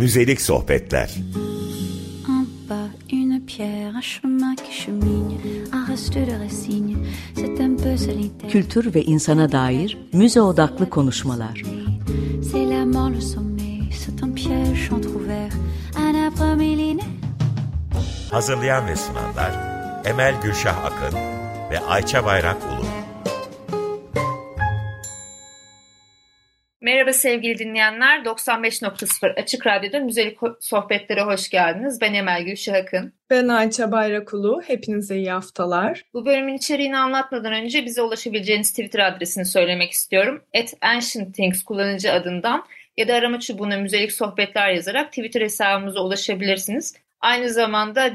Müzelik sohbetler. Un pas, une pierre, un chemin qui chemine, un reste de racine, c'est un peu solitaire. Kültür ve insana dair müze odaklı konuşmalar. C'est la mort, le sommeil, c'est un piège entrouvert, un arbre millénaire. Hazırlayan ve sunanlar Emel Gülşah Akın ve Ayça Bayrak Ulu. Merhaba sevgili dinleyenler, 95.0 Açık Radyo'da Müzelik Sohbetlere hoş geldiniz. Ben Emel Gülşah Akın. Ben Ayça Bayrakulu. Hepinize iyi haftalar. Bu bölümün içeriğini anlatmadan önce bize ulaşabileceğiniz Twitter adresini söylemek istiyorum. @ancientthings kullanıcı adından ya da arama çubuğuna Müzelik Sohbetler yazarak Twitter hesabımıza ulaşabilirsiniz. Aynı zamanda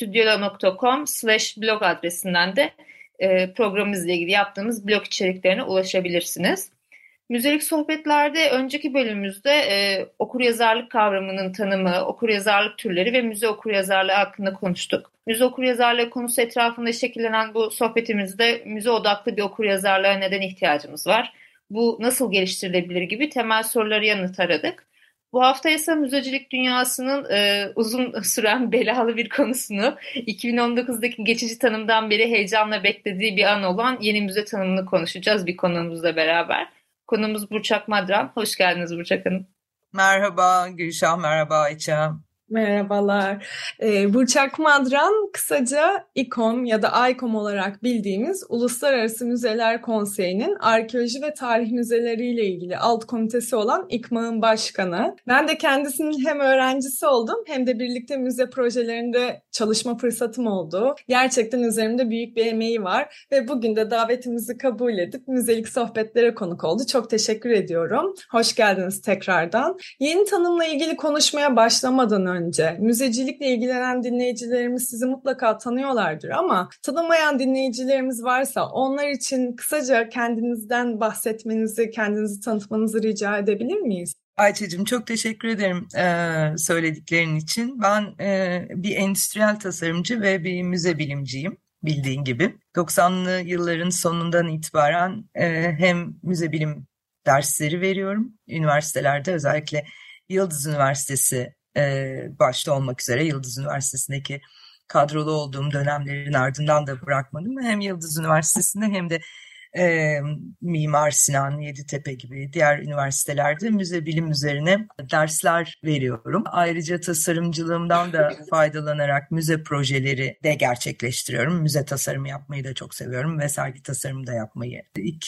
thisisstudio.com/blog adresinden de programımızla ilgili yaptığımız blog içeriklerine ulaşabilirsiniz. Müzelik sohbetlerde önceki bölümümüzde okuryazarlık kavramının tanımı, okuryazarlık türleri ve müze okuryazarlığı hakkında konuştuk. Müze okuryazarlığı konusu etrafında şekillenen bu sohbetimizde müze odaklı bir okuryazarlığa neden ihtiyacımız var? Bu nasıl geliştirilebilir gibi temel soruları yanıt aradık. Bu hafta ise müzecilik dünyasının uzun süren belalı bir konusunu, 2019'daki geçici tanımdan beri heyecanla beklediği bir an olan yeni müze tanımını konuşacağız bir konuğumuzla beraber. Konumuz Burçak Madran. Hoş geldiniz Burçak Hanım. Merhaba Gülşah, merhaba Ayça. Merhabalar. Burçak Madran kısaca İKOM ya da AYKOM olarak bildiğimiz Uluslararası Müzeler Konseyi'nin arkeoloji ve tarih müzeleriyle ilgili alt komitesi olan İKMA'nın başkanı. Ben de kendisinin hem öğrencisi oldum hem de birlikte müze projelerinde çalışma fırsatım oldu. Gerçekten üzerimde büyük bir emeği var ve bugün de davetimizi kabul edip müzelik sohbetlere konuk oldu. Çok teşekkür ediyorum. Hoş geldiniz tekrardan. Yeni tanımla ilgili konuşmaya başlamadan önce müzecilikle ilgilenen dinleyicilerimiz sizi mutlaka tanıyorlardır ama tanımayan dinleyicilerimiz varsa onlar için kısaca kendinizden bahsetmenizi, kendinizi tanıtmanızı rica edebilir miyiz? Ayça'cığım çok teşekkür ederim söylediklerin için. Ben bir endüstriyel tasarımcı ve bir müze bilimciyim bildiğin gibi. 90'lı yılların sonundan itibaren hem müze bilim dersleri veriyorum üniversitelerde, özellikle Yıldız Üniversitesi başta olmak üzere Yıldız Üniversitesi'ndeki kadrolu olduğum dönemlerin ardından da bırakmadım. Hem Yıldız Üniversitesi'nde hem de Mimar Sinan, Yeditepe gibi diğer üniversitelerde müze bilim üzerine dersler veriyorum. Ayrıca tasarımcılığımdan da faydalanarak müze projeleri de gerçekleştiriyorum. Müze tasarımı yapmayı da çok seviyorum ve sergi tasarımı da yapmayı.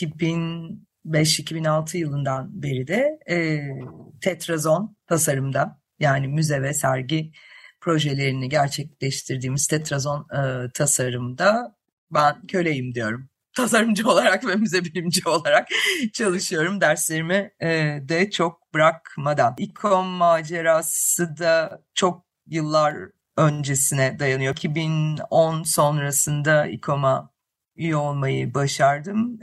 2005-2006 yılından beri de Tetrazon tasarımda, yani müze ve sergi projelerini gerçekleştirdiğimiz Tetrazon tasarımda ben köleyim diyorum. Tasarımcı olarak ve müze bilimci olarak çalışıyorum. Derslerimi de çok bırakmadan. İKOM macerası da çok yıllar öncesine dayanıyor. 2010 sonrasında İKOM'a üye olmayı başardım.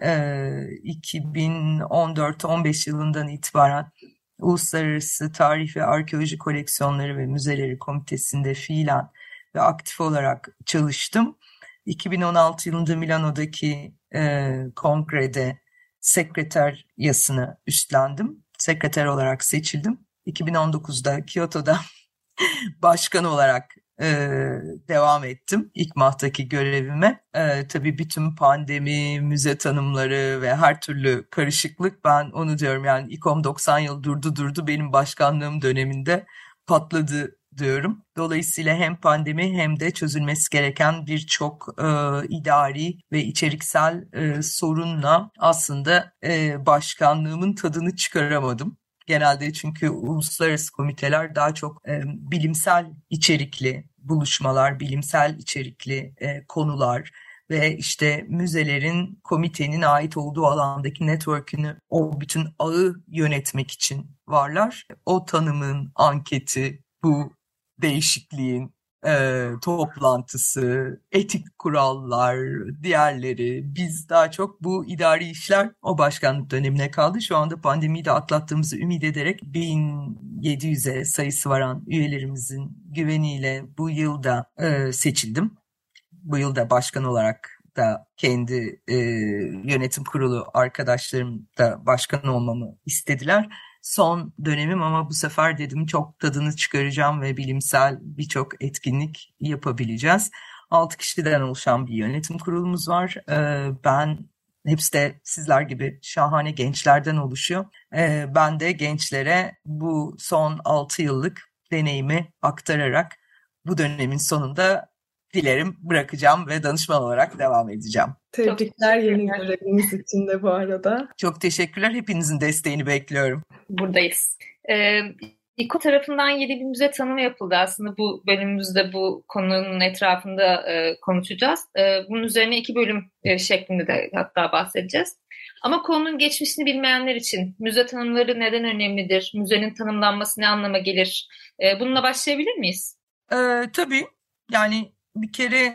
2014-15 yılından itibaren Uluslararası Tarih ve Arkeoloji Koleksiyonları ve Müzeleri Komitesi'nde fiilen ve aktif olarak çalıştım. 2016 yılında Milano'daki kongrede sekreteryasını üstlendim. Sekreter olarak seçildim. 2019'da Kyoto'da başkan olarak devam ettim İKMA'daki görevime. Tabii bütün pandemi, müze tanımları ve her türlü karışıklık, ben onu diyorum, yani İKOM 90 yıl durdu benim başkanlığım döneminde patladı diyorum. Dolayısıyla hem pandemi hem de çözülmesi gereken birçok idari ve içeriksel sorunla aslında başkanlığımın tadını çıkaramadım. Genelde çünkü uluslararası komiteler daha çok bilimsel içerikli buluşmalar, bilimsel içerikli konular ve işte müzelerin komitenin ait olduğu alandaki network'ünü, o bütün ağı yönetmek için varlar. O tanımın anketi, bu değişikliğin toplantısı, etik kurallar, diğerleri. Biz daha çok bu idari işler o başkanlık dönemine kaldı. Şu anda pandemiyi de atlattığımızı ümit ederek 1700'e sayısı varan üyelerimizin güveniyle bu yılda seçildim. Bu yılda başkan olarak da kendi yönetim kurulu arkadaşlarım da başkan olmamı istediler. son dönemim ama bu sefer dedim çok tadını çıkaracağım ve bilimsel birçok etkinlik yapabileceğiz. 6 kişiden oluşan bir yönetim kurulumuz var. Hepsi de sizler gibi şahane gençlerden oluşuyor. Ben de gençlere bu son 6 yıllık deneyimi aktararak bu dönemin sonunda dilerim bırakacağım ve danışman olarak devam edeceğim. Tebrikler yeni göreviniz için de bu arada. Çok teşekkürler. Hepinizin desteğini bekliyorum. Buradayız. İKO tarafından yeni bir müze tanımı yapıldı. Aslında bu bölümümüzde bu konunun etrafında konuşacağız. Bunun üzerine 2 bölüm şeklinde de hatta bahsedeceğiz. Ama konunun geçmişini bilmeyenler için müze tanımları neden önemlidir? Müzenin tanımlanması ne anlama gelir? Bununla başlayabilir miyiz? Tabii. Yani bir kere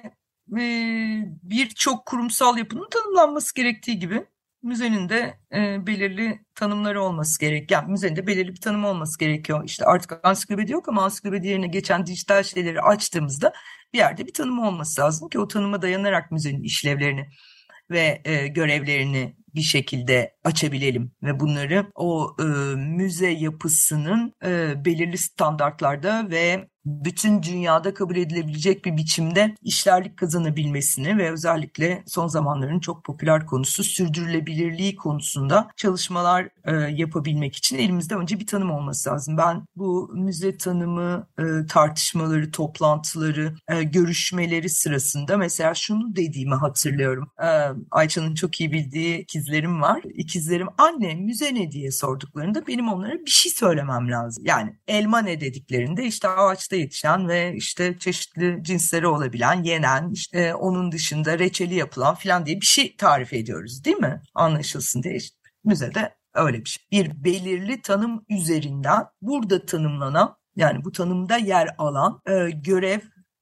birçok kurumsal yapının tanımlanması gerektiği gibi müzenin de belirli tanımları olması gerekiyor. Yani müzenin de belirli bir tanımı olması gerekiyor. İşte artık ansiklopedi yok ama ansiklopedi yerine geçen dijital şeyleri açtığımızda bir yerde bir tanımı olması lazım ki o tanıma dayanarak müzenin işlevlerini ve görevlerini bir şekilde açabilelim ve bunları o müze yapısının belirli standartlarda ve bütün dünyada kabul edilebilecek bir biçimde işlerlik kazanabilmesini ve özellikle son zamanların çok popüler konusu sürdürülebilirliği konusunda çalışmalar yapabilmek için elimizde önce bir tanım olması lazım. Ben bu müze tanımı tartışmaları, toplantıları, görüşmeleri sırasında mesela şunu dediğimi hatırlıyorum. Ayça'nın çok iyi bildiği ikizlerim var. İkizlerim anne müze ne diye sorduklarında benim onlara bir şey söylemem lazım. Yani elma ne dediklerinde işte ağaçta yetişen ve işte çeşitli cinsleri olabilen, yenen, işte onun dışında reçeli yapılan falan diye bir şey tarif ediyoruz değil mi? Anlaşılsın diye işte müzede öyle bir şey. Bir belirli tanım üzerinden burada tanımlanan yani bu tanımda yer alan görev,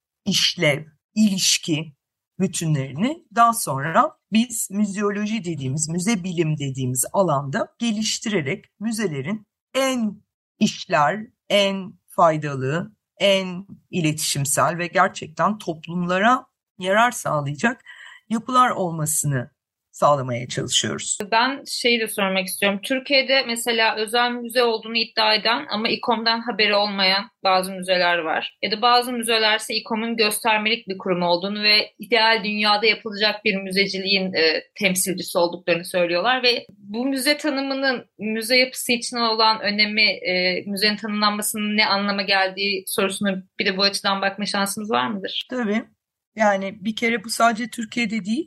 işlev, ilişki bütünlerini daha sonra biz müzeoloji dediğimiz, müze bilim dediğimiz alanda geliştirerek müzelerin en işler, en faydalı, en iletişimsel ve gerçekten toplumlara yarar sağlayacak yapılar olmasını sağlamaya çalışıyoruz. Ben şeyi de sormak istiyorum. Türkiye'de mesela özel müze olduğunu iddia eden ama İKOM'dan haberi olmayan bazı müzeler var. Ya da bazı müzeler ise İKOM'un göstermelik bir kurum olduğunu ve ideal dünyada yapılacak bir müzeciliğin temsilcisi olduklarını söylüyorlar ve bu müze tanımının müze yapısı için olan önemi, müzenin tanımlanmasının ne anlama geldiği sorusunu bir de bu açıdan bakma şansımız var mıdır? Tabii. Yani bir kere bu sadece Türkiye'de değil,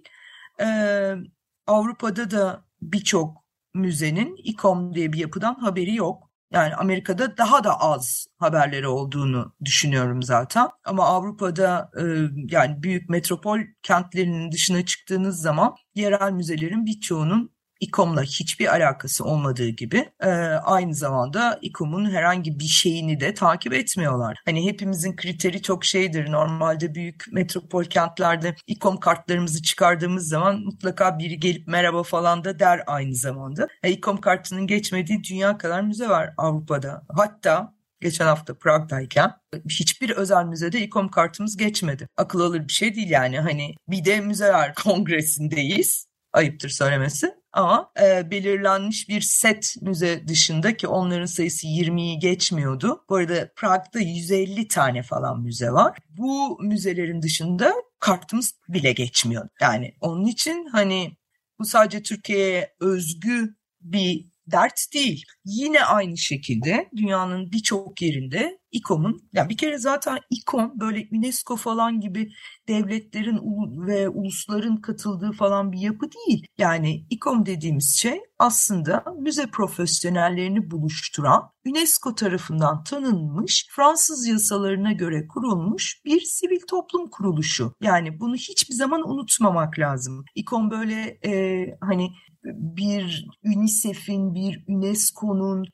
Avrupa'da da birçok müzenin İKOM diye bir yapıdan haberi yok. Yani Amerika'da daha da az haberleri olduğunu düşünüyorum zaten. Ama Avrupa'da yani büyük metropol kentlerinin dışına çıktığınız zaman yerel müzelerin birçoğunun İKOM'la hiçbir alakası olmadığı gibi aynı zamanda İKOM'un herhangi bir şeyini de takip etmiyorlar. Hani hepimizin kriteri çok şeydir. Normalde büyük metropol kentlerde İKOM kartlarımızı çıkardığımız zaman mutlaka biri gelip merhaba falan da der aynı zamanda. İKOM kartının geçmediği dünya kadar müze var Avrupa'da. Hatta geçen hafta Prag'dayken hiçbir özel müzede İKOM kartımız geçmedi. Akıl alır bir şey değil yani. Hani bir de müzeler kongresindeyiz. Ayıptır söylemesi. Ama belirlenmiş bir set müze dışında ki onların sayısı 20'yi geçmiyordu. Bu arada Prag'da 150 tane falan müze var. Bu müzelerin dışında kartımız bile geçmiyor. Yani onun için hani bu sadece Türkiye'ye özgü bir dert değil. Yine aynı şekilde dünyanın birçok yerinde İKOM'un, yani bir kere zaten İKOM böyle UNESCO falan gibi devletlerin ve ulusların katıldığı falan bir yapı değil. Yani İKOM dediğimiz şey aslında müze profesyonellerini buluşturan, UNESCO tarafından tanınmış, Fransız yasalarına göre kurulmuş bir sivil toplum kuruluşu. Yani bunu hiçbir zaman unutmamak lazım. İKOM böyle hani bir UNICEF'in, bir UNESCO'nun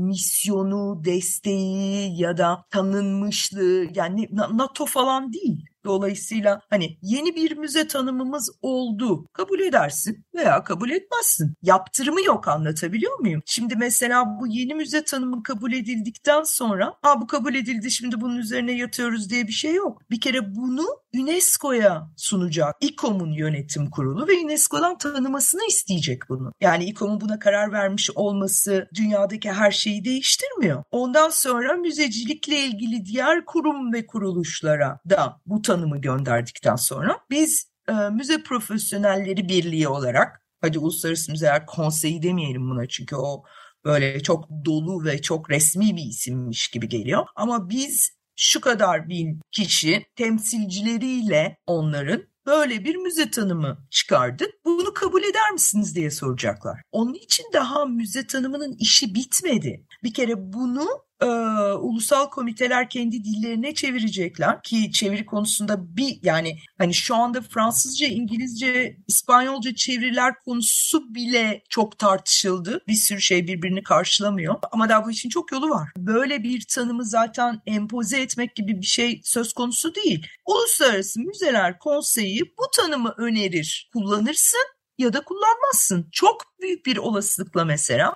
misyonu, desteği ya da tanınmışlığı yani NATO falan değil. Dolayısıyla hani yeni bir müze tanımımız oldu. Kabul edersin veya kabul etmezsin. Yaptırımı yok, anlatabiliyor muyum? Şimdi mesela bu yeni müze tanımı kabul edildikten sonra bu kabul edildi şimdi bunun üzerine yatıyoruz diye bir şey yok. Bir kere bunu UNESCO'ya sunacak İKOM'un yönetim kurulu ve UNESCO'dan tanımasını isteyecek bunu. Yani İKOM'un buna karar vermiş olması dünyadaki her şeyi değiştirmiyor. Ondan sonra müzecilikle ilgili diğer kurum ve kuruluşlara da bu tanımı gönderdikten sonra biz Müze Profesyonelleri Birliği olarak, hadi Uluslararası Müzeler Konseyi demeyelim buna çünkü o böyle çok dolu ve çok resmi bir isimmiş gibi geliyor. Ama biz şu kadar bin kişi temsilcileriyle onların böyle bir müze tanımı çıkardık. Bunu kabul eder misiniz diye soracaklar. Onun için daha müze tanımının işi bitmedi. Bir kere bunu ulusal komiteler kendi dillerine çevirecekler ki çeviri konusunda yani hani şu anda Fransızca, İngilizce, İspanyolca çeviriler konusu bile çok tartışıldı. Bir sürü şey birbirini karşılamıyor ama daha bu için çok yolu var. Böyle bir tanımı zaten empoze etmek gibi bir şey söz konusu değil. Uluslararası Müzeler Konseyi bu tanımı önerir, kullanırsın ya da kullanmazsın. Çok büyük bir olasılıkla mesela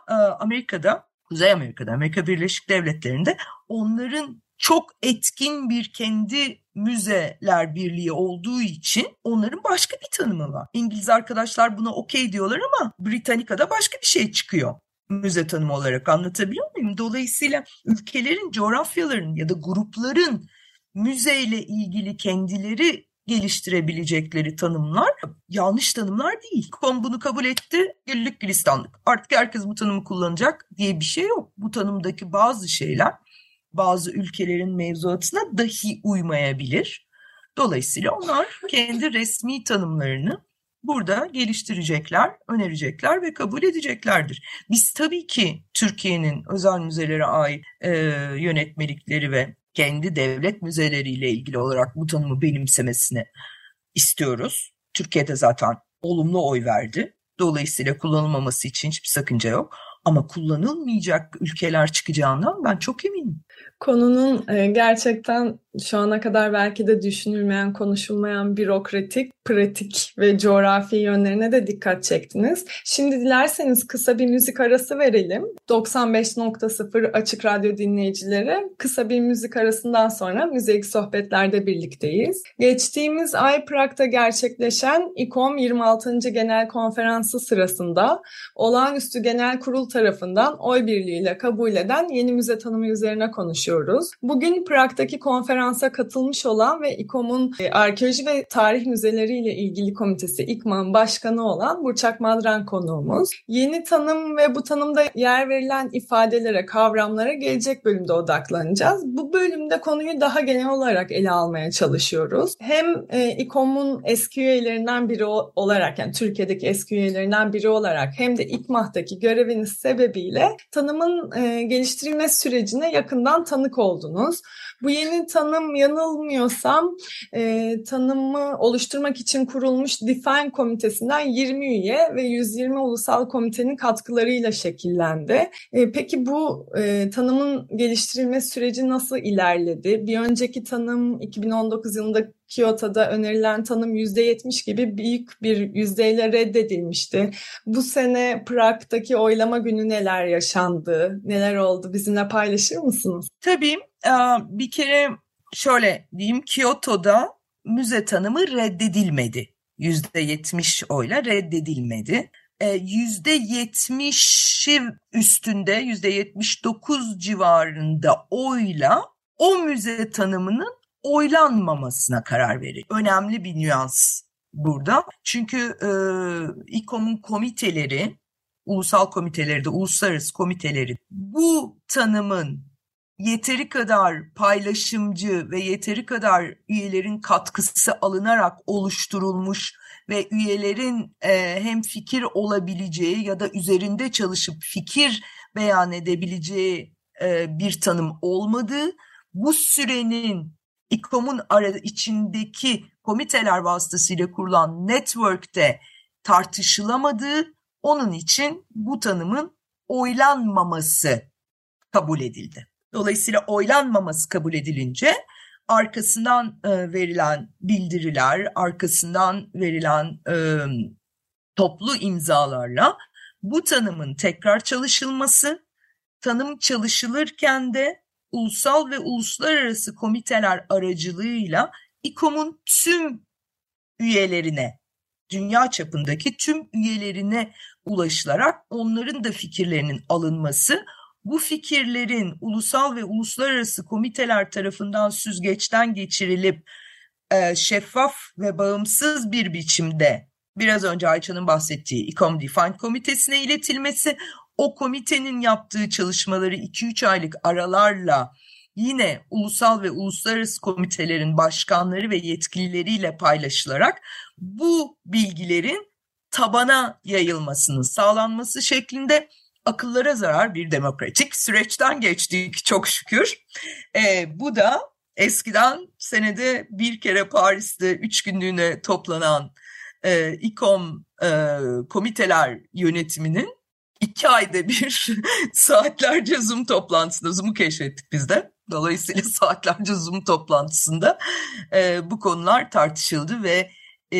Kuzey Amerika'da, Amerika Birleşik Devletleri'nde onların çok etkin bir kendi müzeler birliği olduğu için onların başka bir tanımı var. İngiliz arkadaşlar buna okey diyorlar ama Britannica'da başka bir şey çıkıyor müze tanımı olarak, anlatabiliyor muyum? Dolayısıyla ülkelerin, coğrafyaların ya da grupların müzeyle ilgili kendileri geliştirebilecekleri tanımlar yanlış tanımlar değil. KOM bunu kabul etti, güllük gülistanlık. Artık herkes bu tanımı kullanacak diye bir şey yok. Bu tanımdaki bazı şeyler bazı ülkelerin mevzuatına dahi uymayabilir. Dolayısıyla onlar kendi resmi tanımlarını burada geliştirecekler, önerecekler ve kabul edeceklerdir. Biz tabii ki Türkiye'nin özel müzelere ait yönetmelikleri ve kendi devlet müzeleriyle ilgili olarak bu tanımı benimsemesini istiyoruz. Türkiye'de zaten olumlu oy verdi. Dolayısıyla kullanılmaması için hiçbir sakınca yok. Ama kullanılmayacak ülkeler çıkacağından ben çok eminim. Konunun gerçekten şu ana kadar belki de düşünülmeyen, konuşulmayan bürokratik, pratik ve coğrafi yönlerine de dikkat çektiniz. Şimdi dilerseniz kısa bir müzik arası verelim. 95.0 Açık Radyo dinleyicileri, kısa bir müzik arasından sonra Müzelik Sohbetler'de birlikteyiz. Geçtiğimiz ay Prag'da gerçekleşen İKOM 26. Genel Konferansı sırasında olağanüstü genel kurul tarafından oy birliğiyle kabul eden yeni müze tanımı üzerine konuşuyoruz. Bugün Prag'daki konferansa katılmış olan ve İKOM'un arkeoloji ve tarih müzeleriyle ilgili komitesi İKMA'nın başkanı olan Burçak Madran konuğumuz. Yeni tanım ve bu tanımda yer verilen ifadelere, kavramlara gelecek bölümde odaklanacağız. Bu bölümde konuyu daha genel olarak ele almaya çalışıyoruz. Hem İKOM'un eski üyelerinden biri olarak, yani Türkiye'deki eski üyelerinden biri olarak hem de İKMA'daki göreviniz sebebiyle tanımın geliştirilme sürecine yakından tanık oldunuz. Bu yeni tanım, yanılmıyorsam tanımı oluşturmak için kurulmuş Define komitesinden 20 üye ve 120 ulusal komitenin katkılarıyla şekillendi. Peki bu tanımın geliştirilme süreci nasıl ilerledi? Bir önceki tanım 2019 yılında Kyoto'da önerilen tanım %70 gibi büyük bir yüzdeyle reddedilmişti. Bu sene Prag'daki oylama günü neler yaşandı, neler oldu? Bizimle paylaşır mısınız? Tabii. Bir kere şöyle diyeyim, Kyoto'da müze tanımı reddedilmedi. %70 oyla reddedilmedi. %70'i üstünde, %79 civarında oyla o müze tanımının oylanmamasına karar verildi. Önemli bir nüans burada. Çünkü İKOM'un komiteleri, ulusal komiteleri de uluslararası komiteleri bu tanımın yeteri kadar paylaşımcı ve yeteri kadar üyelerin katkısı alınarak oluşturulmuş ve üyelerin hem fikir olabileceği ya da üzerinde çalışıp fikir beyan edebileceği bir tanım olmadığı, bu sürenin İKOM'un içindeki komiteler vasıtasıyla kurulan network'te tartışılamadığı, onun için bu tanımın oylanmaması kabul edildi. Dolayısıyla oylanmaması kabul edilince arkasından verilen bildiriler, arkasından verilen toplu imzalarla bu tanımın tekrar çalışılması, tanım çalışılırken de ulusal ve uluslararası komiteler aracılığıyla İKOM'un tüm üyelerine, dünya çapındaki tüm üyelerine ulaşılarak onların da fikirlerinin alınması, bu fikirlerin ulusal ve uluslararası komiteler tarafından süzgeçten geçirilip şeffaf ve bağımsız bir biçimde biraz önce Ayça'nın bahsettiği İKOM Defined Komitesi'ne iletilmesi, o komitenin yaptığı çalışmaları 2-3 aylık aralarla yine ulusal ve uluslararası komitelerin başkanları ve yetkilileriyle paylaşılarak bu bilgilerin tabana yayılmasının sağlanması şeklinde akıllara zarar bir demokratik süreçten geçtik çok şükür. Bu da eskiden senede bir kere Paris'te 3 günlüğüne toplanan İKOM komiteler yönetiminin 2 ayda bir saatlerce Zoom toplantısında, Zoom'u keşfettik biz de. Dolayısıyla saatlerce Zoom toplantısında bu konular tartışıldı ve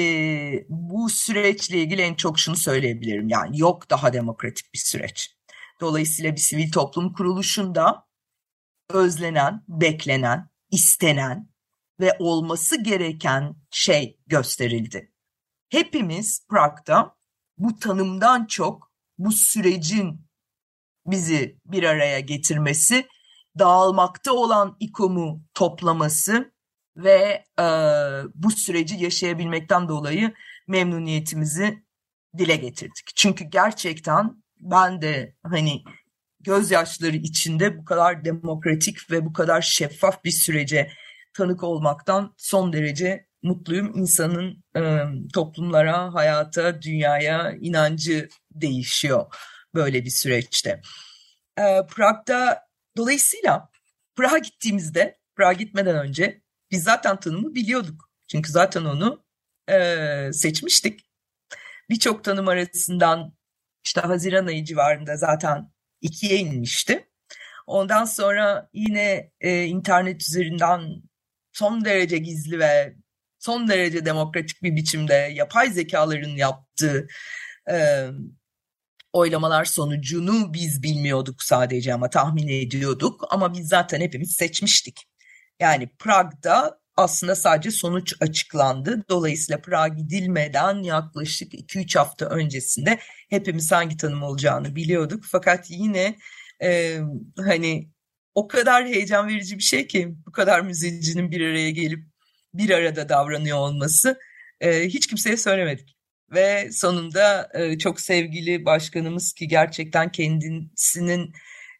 bu süreçle ilgili en çok şunu söyleyebilirim. Yani yok daha demokratik bir süreç. Dolayısıyla bir sivil toplum kuruluşunda özlenen, beklenen, istenen ve olması gereken şey gösterildi. Hepimiz Prag'da bu tanımdan çok bu sürecin bizi bir araya getirmesi, dağılmakta olan İKOM'u toplaması ve bu süreci yaşayabilmekten dolayı memnuniyetimizi dile getirdik. Çünkü gerçekten ben de hani gözyaşları içinde bu kadar demokratik ve bu kadar şeffaf bir sürece tanık olmaktan son derece mutluyum. İnsanın toplumlara, hayata, dünyaya inancı değişiyor böyle bir süreçte. Prag'da dolayısıyla Prag'a gittiğimizde, Prag'a gitmeden önce biz zaten tanımı biliyorduk. Çünkü zaten onu seçmiştik. Birçok tanım arasından işte Haziran ayı civarında zaten 2'ye inmişti. Ondan sonra yine internet üzerinden son derece gizli ve son derece demokratik bir biçimde yapay zekaların yaptığı oylamalar sonucunu biz bilmiyorduk sadece ama tahmin ediyorduk. Ama biz zaten hepimiz seçmiştik. Yani Prag'da aslında sadece sonuç açıklandı. Dolayısıyla Prag'a gidilmeden yaklaşık 2-3 hafta öncesinde hepimiz hangi tanım olacağını biliyorduk. Fakat yine hani o kadar heyecan verici bir şey ki bu kadar müzicinin bir araya gelip bir arada davranıyor olması hiç kimseye söylemedik. Ve sonunda çok sevgili başkanımız ki gerçekten kendisinin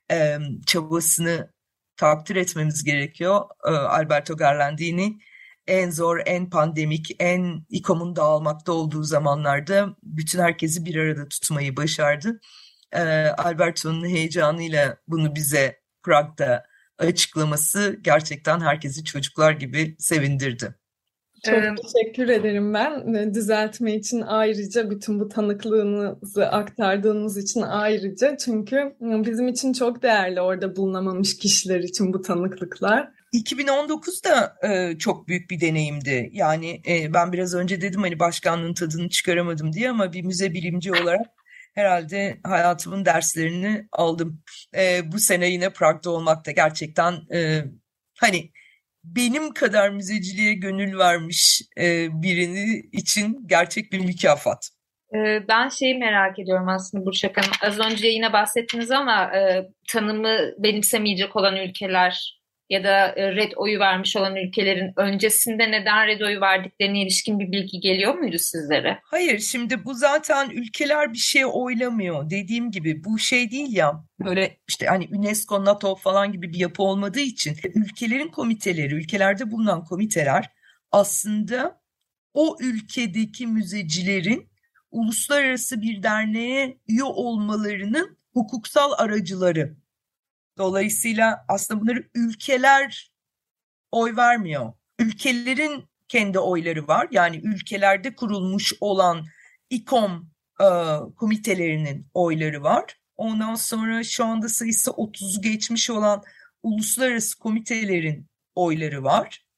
çabasını takdir etmemiz gerekiyor. Alberto Garlandini en zor, en pandemik, en İKOM'un dağılmakta olduğu zamanlarda bütün herkesi bir arada tutmayı başardı. Alberto'nun heyecanıyla bunu bize Prag'da açıklaması gerçekten herkesi çocuklar gibi sevindirdi. Çok teşekkür ederim ben. Düzeltme için ayrıca, bütün bu tanıklığınızı aktardığınız için ayrıca. Çünkü bizim için çok değerli orada bulunamamış kişiler için bu tanıklıklar. 2019'da çok büyük bir deneyimdi. Yani ben biraz önce dedim hani başkanlığın tadını çıkaramadım diye ama bir müze bilimci olarak herhalde hayatımın derslerini aldım. Bu sene yine Prag'da olmak da gerçekten hani benim kadar müzeciliğe gönül vermiş birini için gerçek bir mükafat. Ben şeyi merak ediyorum aslında Burçak Hanım. Az önce yine bahsettiniz ama tanımı benimsemeyecek olan ülkeler ya da red oyu vermiş olan ülkelerin öncesinde neden red oyu verdiklerine ilişkin bir bilgi geliyor muydu sizlere? Hayır, şimdi bu zaten ülkeler bir şey oylamıyor. Dediğim gibi bu şey değil ya, böyle işte hani UNESCO, NATO falan gibi bir yapı olmadığı için ülkelerin komiteleri, ülkelerde bulunan komiteler aslında o ülkedeki müzecilerin uluslararası bir derneğe üye olmalarının hukuksal aracıları. Dolayısıyla aslında bunları ülkeler oy vermiyor. Ülkelerin kendi oyları var. Yani ülkelerde kurulmuş olan İKOM komitelerinin oyları var. Ondan sonra şu anda sayısı 30'u geçmiş olan uluslararası komitelerin oyları var.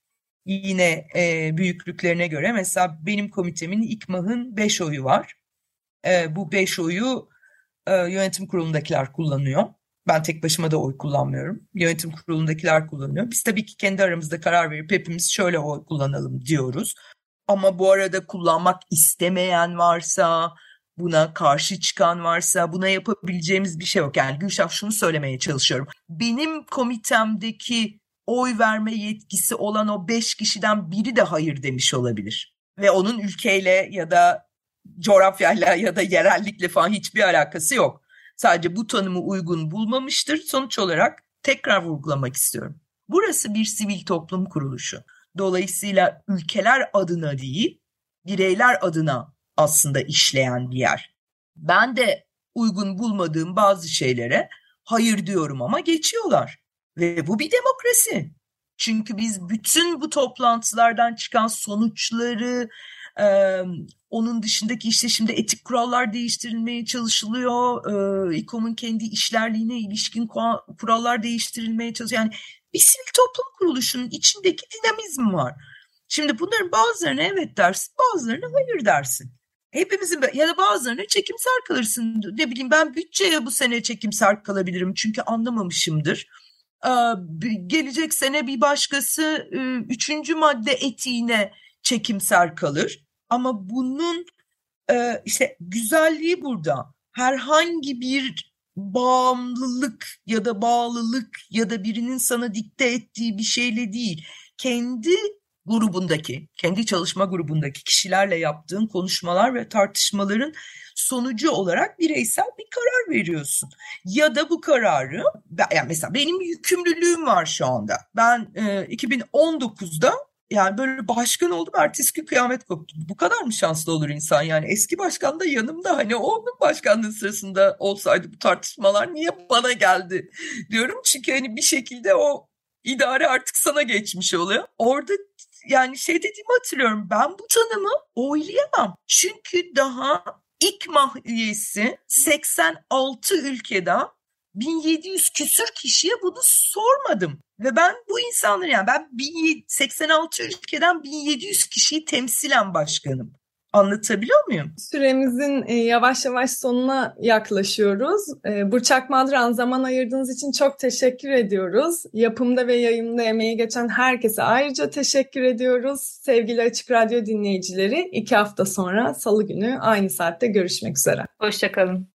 Yine büyüklüklerine göre mesela benim komitemin İKMAH'ın 5 oyu var. Bu 5 oyu yönetim kurulundakiler kullanıyor. Ben tek başıma da oy kullanmıyorum. Yönetim kurulundakiler kullanıyor. Biz tabii ki kendi aramızda karar verip hepimiz şöyle oy kullanalım diyoruz. Ama bu arada kullanmak istemeyen varsa, buna karşı çıkan varsa, buna yapabileceğimiz bir şey yok. Yani Gülşah, şunu söylemeye çalışıyorum. Benim komitemdeki oy verme yetkisi olan o 5 kişiden biri de hayır demiş olabilir. Ve onun ülkeyle ya da coğrafyayla ya da yerellikle falan hiçbir alakası yok. Sadece bu tanımı uygun bulmamıştır. Sonuç olarak tekrar vurgulamak istiyorum. Burası bir sivil toplum kuruluşu. Dolayısıyla ülkeler adına değil, bireyler adına aslında işleyen bir yer. Ben de uygun bulmadığım bazı şeylere hayır diyorum ama geçiyorlar. Ve bu bir demokrasi. Çünkü biz bütün bu toplantılardan çıkan sonuçları, onun dışındaki işte şimdi etik kurallar değiştirilmeye çalışılıyor. İKOM'un kendi işlerliğine ilişkin kurallar değiştirilmeye çalışılıyor. Yani bir sivil toplum kuruluşunun içindeki dinamizm var. Şimdi bunların bazılarına evet dersin, bazılarına hayır dersin. Hepimizin ya da bazılarına çekimser kalırsın. Ne bileyim, ben bütçeye bu sene çekimser kalabilirim çünkü anlamamışımdır. Gelecek sene bir başkası 3. madde etiğine çekimser kalır. Ama bunun işte güzelliği burada. Herhangi bir bağımlılık ya da bağlılık ya da birinin sana dikte ettiği bir şeyle değil. Kendi grubundaki, kendi çalışma grubundaki kişilerle yaptığın konuşmalar ve tartışmaların sonucu olarak bireysel bir karar veriyorsun. Ya da bu kararı, yani mesela benim yükümlülüğüm var şu anda. Ben 2019'da yani böyle başkan oldum, ertesi gün kıyamet koptu. Bu kadar mı şanslı olur insan yani? Eski başkan da yanımda, hani onun başkanlığı sırasında olsaydı bu tartışmalar niye bana geldi diyorum. Çünkü hani bir şekilde o idare artık sana geçmiş oluyor. Orada yani şey dediğimi hatırlıyorum, ben bu tanımı oylayamam. Çünkü daha İKMAH üyesi 86 ülkeden 1700 küsür kişiye bunu sormadım. Ve ben bu insanları, yani ben 86 ülkeden 1700 kişiyi temsilen başkanım. Anlatabiliyor muyum? Süremizin yavaş yavaş sonuna yaklaşıyoruz. Burçak Madran, zaman ayırdığınız için çok teşekkür ediyoruz. Yapımda ve yayında emeği geçen herkese ayrıca teşekkür ediyoruz. Sevgili Açık Radyo dinleyicileri, 2 hafta sonra Salı günü aynı saatte görüşmek üzere. Hoşça kalın.